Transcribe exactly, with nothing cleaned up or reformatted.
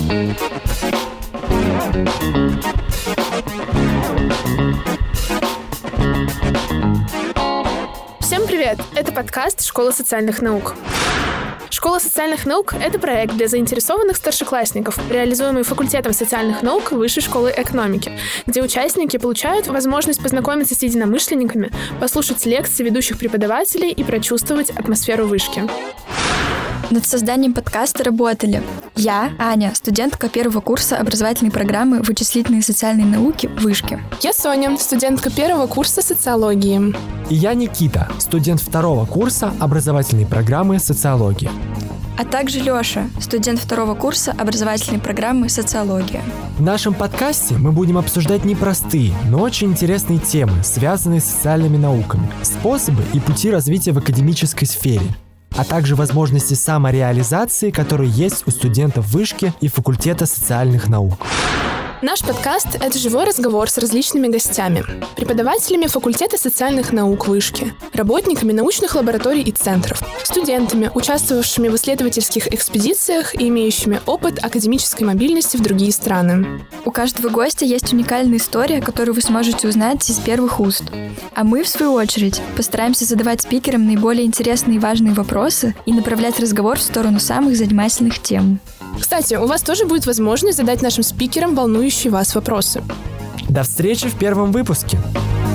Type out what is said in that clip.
Всем привет! Это подкаст «Школа социальных наук». Школа социальных наук — это проект для заинтересованных старшеклассников, реализуемый факультетом социальных наук Высшей школы экономики, где участники получают возможность познакомиться с единомышленниками, послушать лекции ведущих преподавателей и прочувствовать атмосферу вышки. Над созданием подкаста работали я, Аня, студентка первого курса образовательной программы «Вычислительные и социальные науки» Вышки. Я Соня, студентка первого курса социологии. И я Никита, студент второго курса образовательной программы социологии. А также Лёша, студент второго курса образовательной программы «Социология». В нашем подкасте мы будем обсуждать непростые, но очень интересные темы, связанные с социальными науками, способы и пути развития в академической сфере, а также возможности самореализации, которые есть у студентов Вышки и факультета социальных наук. Наш подкаст — это живой разговор с различными гостями, преподавателями факультета социальных наук Вышки, работниками научных лабораторий и центров, студентами, участвовавшими в исследовательских экспедициях и имеющими опыт академической мобильности в другие страны. У каждого гостя есть уникальная история, которую вы сможете узнать из первых уст. А мы, в свою очередь, постараемся задавать спикерам наиболее интересные и важные вопросы и направлять разговор в сторону самых занимательных тем. Кстати, у вас тоже будет возможность задать нашим спикерам волнующие вас вопросы. До встречи в первом выпуске!